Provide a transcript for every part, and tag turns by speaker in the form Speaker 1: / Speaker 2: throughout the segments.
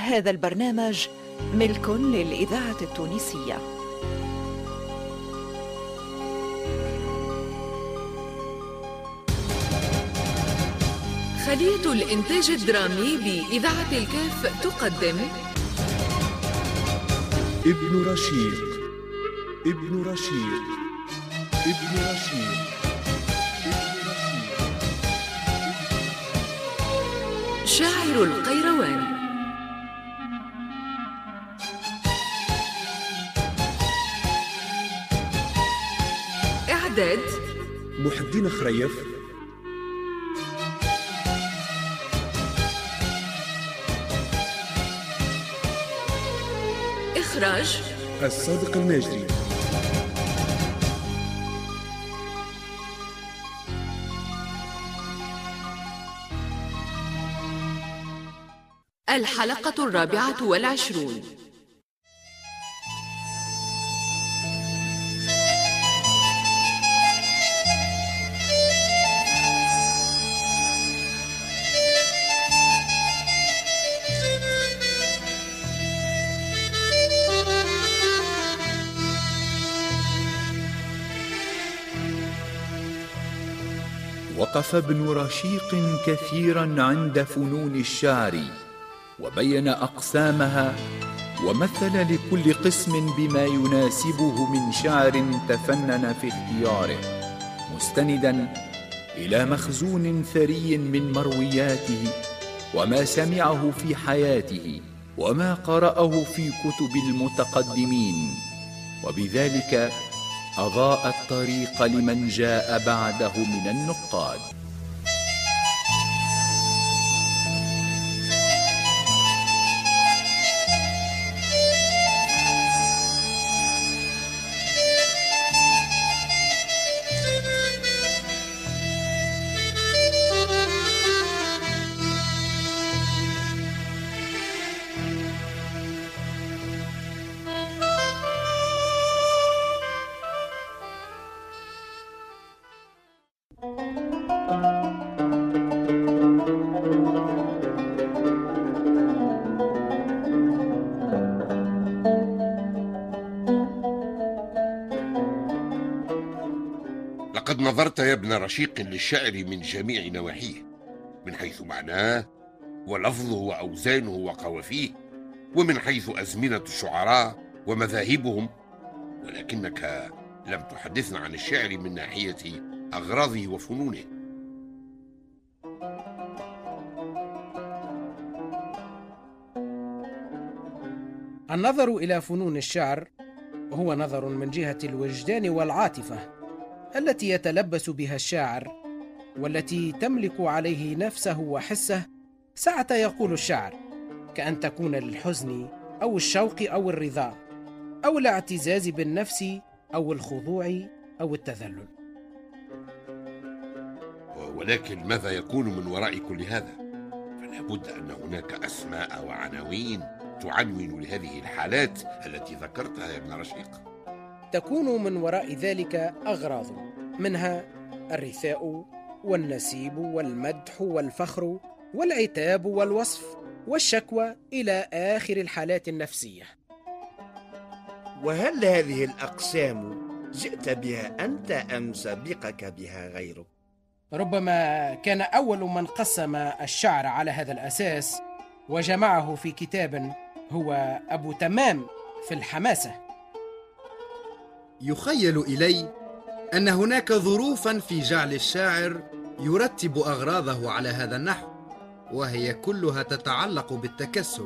Speaker 1: هذا البرنامج ملك للإذاعة التونسية. خلية الإنتاج الدرامي بإذاعة الكاف تقدم
Speaker 2: ابن رشيق. ابن رشيق. ابن رشيق.
Speaker 1: شاعر القيروان. إعداد
Speaker 2: محي الدين خريف.
Speaker 1: إخراج
Speaker 2: الصادق الماجري.
Speaker 1: الحلقة 24.
Speaker 3: وقف ابن رشيق كثيرا عند فنون الشعر، وبين أقسامها، ومثل لكل قسم بما يناسبه من شعر تفنن في اختياره، مستندا إلى مخزون ثري من مروياته، وما سمعه في حياته، وما قرأه في كتب المتقدمين، وبذلك أضاء الطريق لمن جاء بعده من النقاد.
Speaker 4: لقد نظرت يا ابن رشيق للشعر من جميع نواحيه، من حيث معناه ولفظه وأوزانه وقوافيه، ومن حيث أزمنة الشعراء ومذاهبهم، ولكنك لم تحدثنا عن الشعر من ناحية أغراضه وفنونه.
Speaker 5: النظر إلى فنون الشعر هو نظر من جهة الوجدان والعاطفة التي يتلبس بها الشاعر، والتي تملك عليه نفسه وحسه ساعة يقول الشعر، كأن تكون للحزن أو الشوق أو الرضا أو الاعتزاز بالنفس أو الخضوع أو التذلل.
Speaker 4: ولكن ماذا يكون من وراء كل هذا؟ فلا بد أن هناك أسماء وعناوين تعنون لهذه الحالات التي ذكرتها يا ابن رشيق.
Speaker 5: تكون من وراء ذلك أغراض، منها الرثاء والنسيب والمدح والفخر والعتاب والوصف والشكوى إلى آخر الحالات النفسية.
Speaker 6: وهل هذه الأقسام جئت بها أنت أم سبقك بها غيرك؟
Speaker 5: ربما كان أول من قسم الشعر على هذا الأساس وجمعه في كتاب هو أبو تمام في الحماسة.
Speaker 7: يخيل إلي أن هناك ظروفاً في جعل الشاعر يرتب أغراضه على هذا النحو، وهي كلها تتعلق بالتكسب.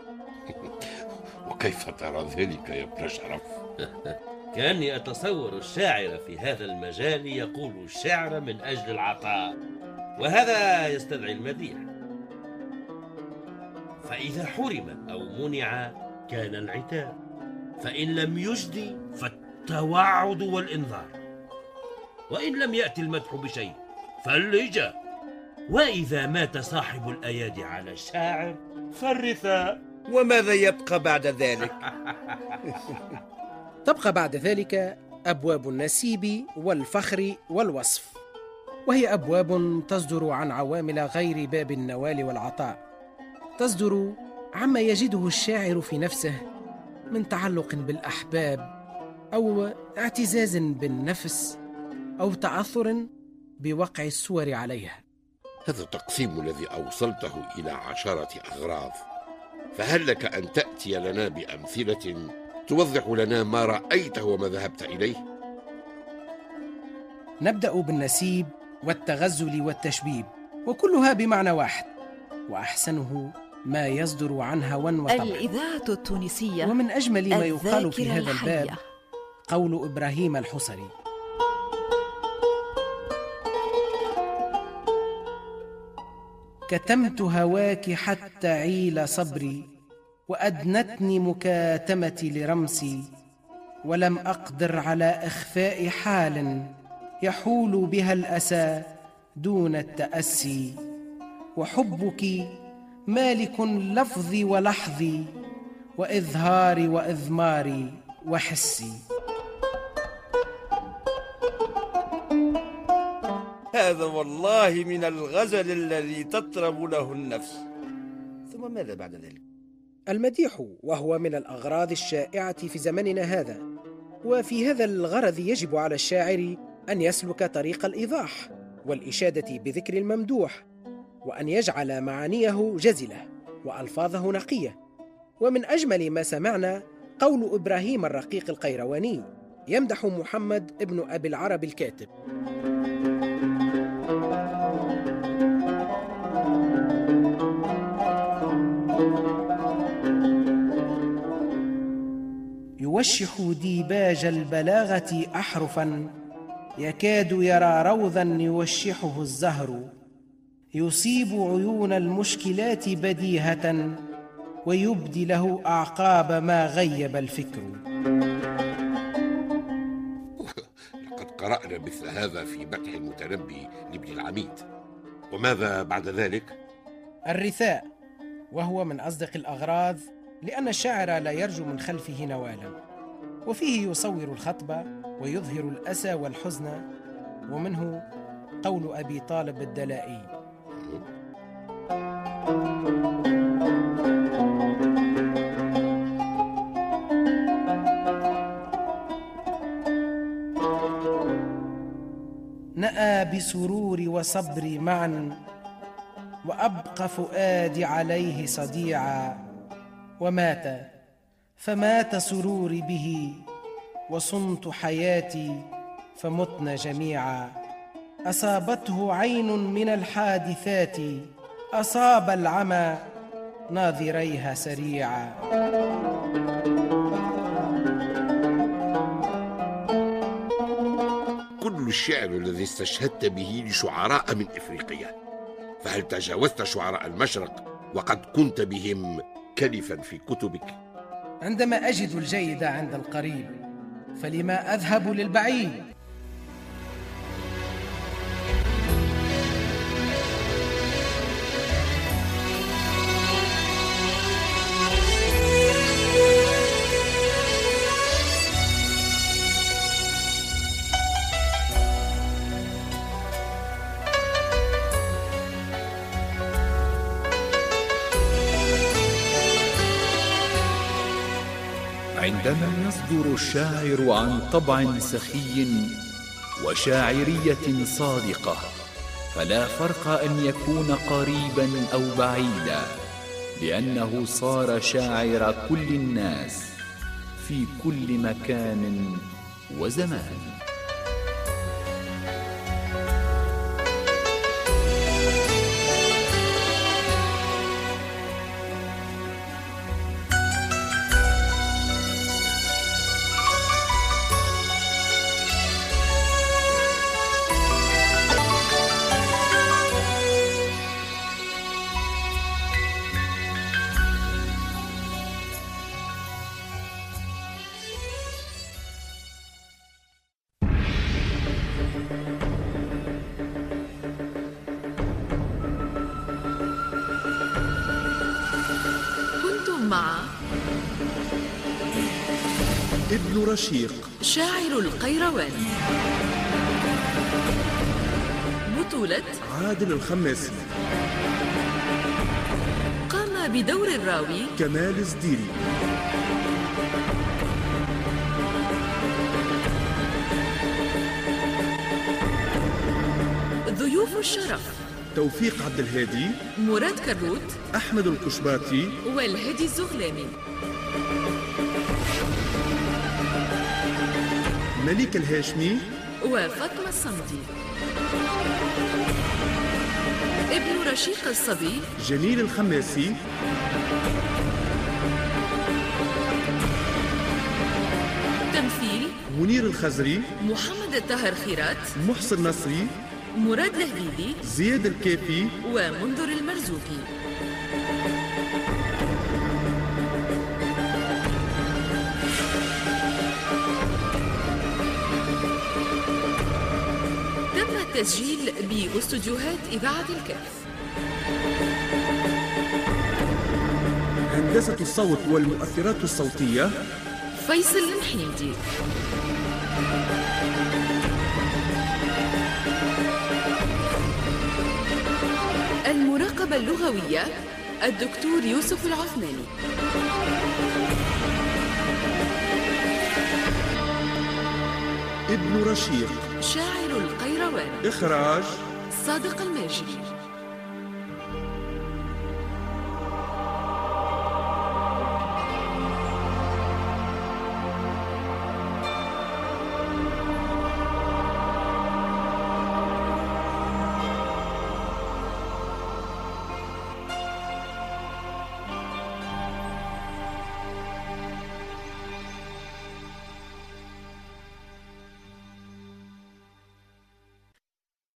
Speaker 4: وكيف ترى ذلك يا ابن شرف؟
Speaker 8: كأني أتصور الشاعر في هذا المجال يقول الشعر من أجل العطاء، وهذا يستدعي المديح، فإذا حرم أو منع كان العتاب، فإن لم يجدي فالتوعد والإنذار، وإن لم يأتي المدح بشيء فاللجا، وإذا مات صاحب الأيادي على الشاعر فالرثاء.
Speaker 6: وماذا يبقى بعد ذلك؟
Speaker 5: تبقى بعد ذلك أبواب النسيب والفخر والوصف، وهي أبواب تصدر عن عوامل غير باب النوال والعطاء، تصدر عما يجده الشاعر في نفسه من تعلق بالأحباب أو اعتزاز بالنفس أو تعثر بوقع الصور عليها.
Speaker 4: هذا التقسيم الذي أوصلته إلى 10 أغراض، فهل لك أن تأتي لنا بأمثلة توضح لنا ما رأيته وما ذهبت إليه؟
Speaker 5: نبدأ بالنسيب والتغزل والتشبيب، وكلها بمعنى واحد، وأحسنه ما يصدر عن هوى وطبع.
Speaker 9: الإذاعة التونسية،
Speaker 5: ومن أجمل ما يقال في هذا الباب قول إبراهيم الحصري: كتمت هواك حتى عيل صبري، وأدنتني مكاتمتي لرمسي، ولم أقدر على إخفاء حال يحول بها الأسى دون التأسي، وحبك مالك لفظي ولحظي، وإظهاري وإضماري وحسي.
Speaker 6: هذا والله من الغزل الذي تطرب له النفس. ثم ماذا بعد ذلك؟
Speaker 5: المديح، وهو من الأغراض الشائعة في زمننا هذا، وفي هذا الغرض يجب على الشاعر أن يسلك طريق الإيضاح والإشادة بذكر الممدوح، وأن يجعل معانيه جزلة وألفاظه نقية. ومن أجمل ما سمعنا قول إبراهيم الرقيق القيرواني يمدح محمد ابن أبي العرب الكاتب: يوشح ديباج البلاغة أحرفا، يكاد يرى روضا يوشحه الزهر، يصيب عيون المشكلات بديهة، ويبدي له أعقاب ما غيب الفكر.
Speaker 4: لقد قرأنا مثل هذا في مدح المتنبي لابن العميد. وماذا بعد ذلك؟
Speaker 5: الرثاء، وهو من أصدق الأغراض، لأن الشاعر لا يرجو من خلفه نوالا، وفيه يصور الخطبة ويظهر الأسى والحزن. ومنه قول أبي طالب الدلائي: نأى بسرور وصبري معا، وأبقى فؤادي عليه صديعا، ومات فمات سروري به، وصنت حياتي فمتنا جميعا. أصابته عين من الحادثات، أصاب العمى ناظريها سريعا.
Speaker 4: كل الشعر الذي استشهدت به لشعراء من إفريقيا، فهل تجاوزت شعراء المشرق وقد كنت بهم كلفا في كتبك؟
Speaker 5: عندما أجد الجيد عند القريب فلما أذهب للبعيد؟
Speaker 3: عندما يصدر الشاعر عن طبع سخي وشاعرية صادقة، فلا فرق أن يكون قريبا أو بعيدا، لأنه صار شاعر كل الناس في كل مكان وزمان.
Speaker 1: مع
Speaker 2: ابن رشيق
Speaker 1: شاعر القيروان، بطولة
Speaker 2: عادل الخماسي.
Speaker 1: قام بدور الراوي
Speaker 2: كمال الزديري.
Speaker 1: ضيوف الشرف
Speaker 2: توفيق عبد الهادي،
Speaker 1: مراد كروت،
Speaker 2: أحمد القشباطي،
Speaker 1: والهادي الزغلاني.
Speaker 2: مليك الهاشمي،
Speaker 1: وفاطمة الصمدي. ابن رشيق الصبي
Speaker 2: جميل الخماسي،
Speaker 1: تمثيل
Speaker 2: منير الخزري،
Speaker 1: محمد الطاهر خيرات،
Speaker 2: محسن نصري،
Speaker 1: مراد الهليلي،
Speaker 2: زياد الكافي،
Speaker 1: ومنذر المرزوقي. تم التسجيل باستوديوهات إذاعة الكهف.
Speaker 2: هندسة الصوت والمؤثرات الصوتية
Speaker 1: فيصل المحيدي. المراقبة اللغوية الدكتور يوسف العثماني.
Speaker 2: ابن رشيق،
Speaker 1: شاعر القيروان.
Speaker 2: إخراج
Speaker 1: صادق الماجري.